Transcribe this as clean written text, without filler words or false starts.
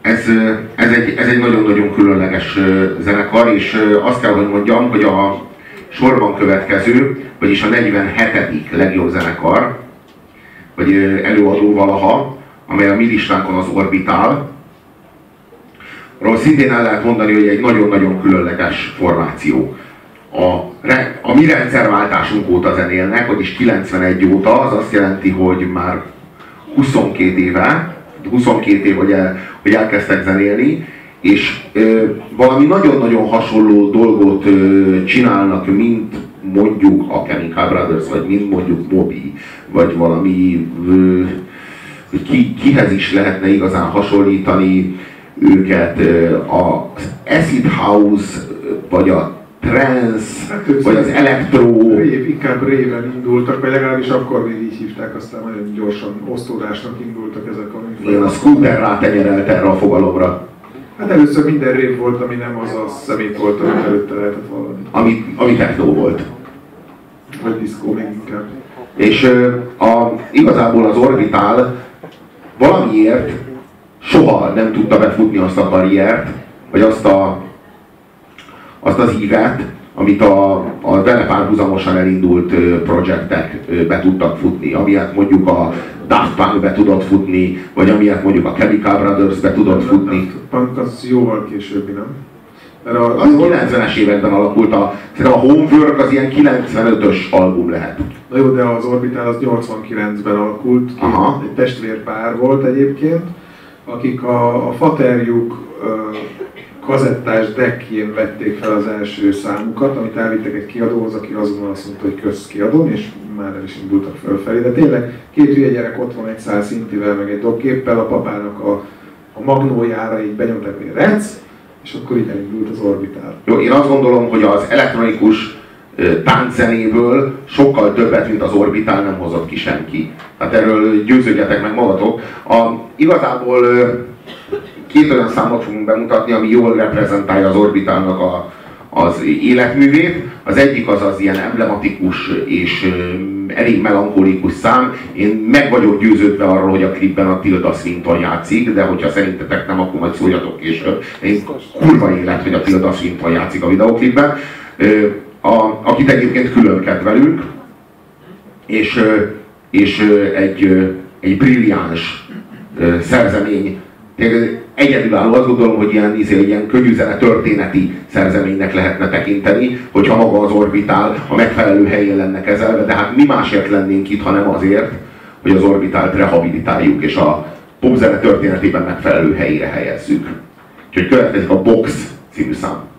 ez egy nagyon-nagyon különleges zenekar, és azt kell, hogy mondjam, hogy a sorban következő, vagyis a 47. legjobb zenekar, vagy előadó valaha, amely a mi listánkon az Orbital. Arról szintén el lehet mondani, hogy egy nagyon-nagyon különleges formáció. A mi rendszerváltásunk óta zenélnek, vagyis 91 óta, az azt jelenti, hogy már 22 év, hogy elkezdtek zenélni, és valami nagyon-nagyon hasonló dolgot csinálnak, mint mondjuk a Chemical Brothers, vagy mint mondjuk Moby, vagy valami, kihez is lehetne igazán hasonlítani őket, az Acid House, vagy a Trance, hát vagy az Electro. Inkább rave-en indultak, vagy legalábbis akkor még így hívták, aztán nagyon gyorsan osztódásnak indultak ezek a műfajok. Igen, a Scooter rátenyerelte erre a fogalomra. Hát először minden rave volt, ami nem az a szemét volt, amit előtte lehetett valami. Ami techno volt. Vagy diszkó még inkább. És igazából az Orbital valamiért soha nem tudta befutni azt a karriert, vagy azt az ívet, amit a vele párhuzamosan elindult projektek be tudtak futni. Amilyet mondjuk a Daft Punk be tudott futni, vagy amilyet mondjuk a Chemical Brothers be tudott futni. Daft Punk az jóval későbbi, nem? Az 90-es években alakult, szerintem a Homework az ilyen 95-ös album lehet. Na jó, de az Orbital az 89-ben alakult, egy testvérpár volt egyébként, akik a faterjuk kazettás deckjén vették fel az első számukat, amit elvittek egy kiadóhoz, aki azonnal azt mondta, hogy kösz kiadón, és már el is indultak fölfelé. De tényleg két hülye gyerek ott van egy szál szintivel, meg egy dobgéppel, a papának a magnójára így benyomtak egy rec, és akkor így elindult az Orbital. Jó, én azt gondolom, hogy az elektronikus tánczenéből sokkal többet, mint az Orbital nem hozott ki senki. Tehát erről győződjetek meg magatok. Igazából két olyan számot fogunk bemutatni, ami jól reprezentálja az Orbitalnak az életművét. Az egyik az ilyen emblematikus és elég melankolikus szám. Én meg vagyok győződve arról, hogy a klipben a Tilda Swinton játszik, de hogyha szerintetek nem, akkor majd szóljatok később. Én kurva élet, hogy a Tilda Swinton játszik a videóklipben, akit egyébként külön kedvelünk, és egy brilliáns szerzemény. Egyedülálló, azt gondolom, hogy ilyen könnyűzene történeti szerzeménynek lehetne tekinteni, hogyha maga az Orbital a megfelelő helyén lenne kezelve, de hát mi másért lennénk itt, hanem azért, hogy az Orbitalt rehabilitáljuk, és a popzene történetében megfelelő helyére helyezzük. Úgyhogy következik a Box című szám.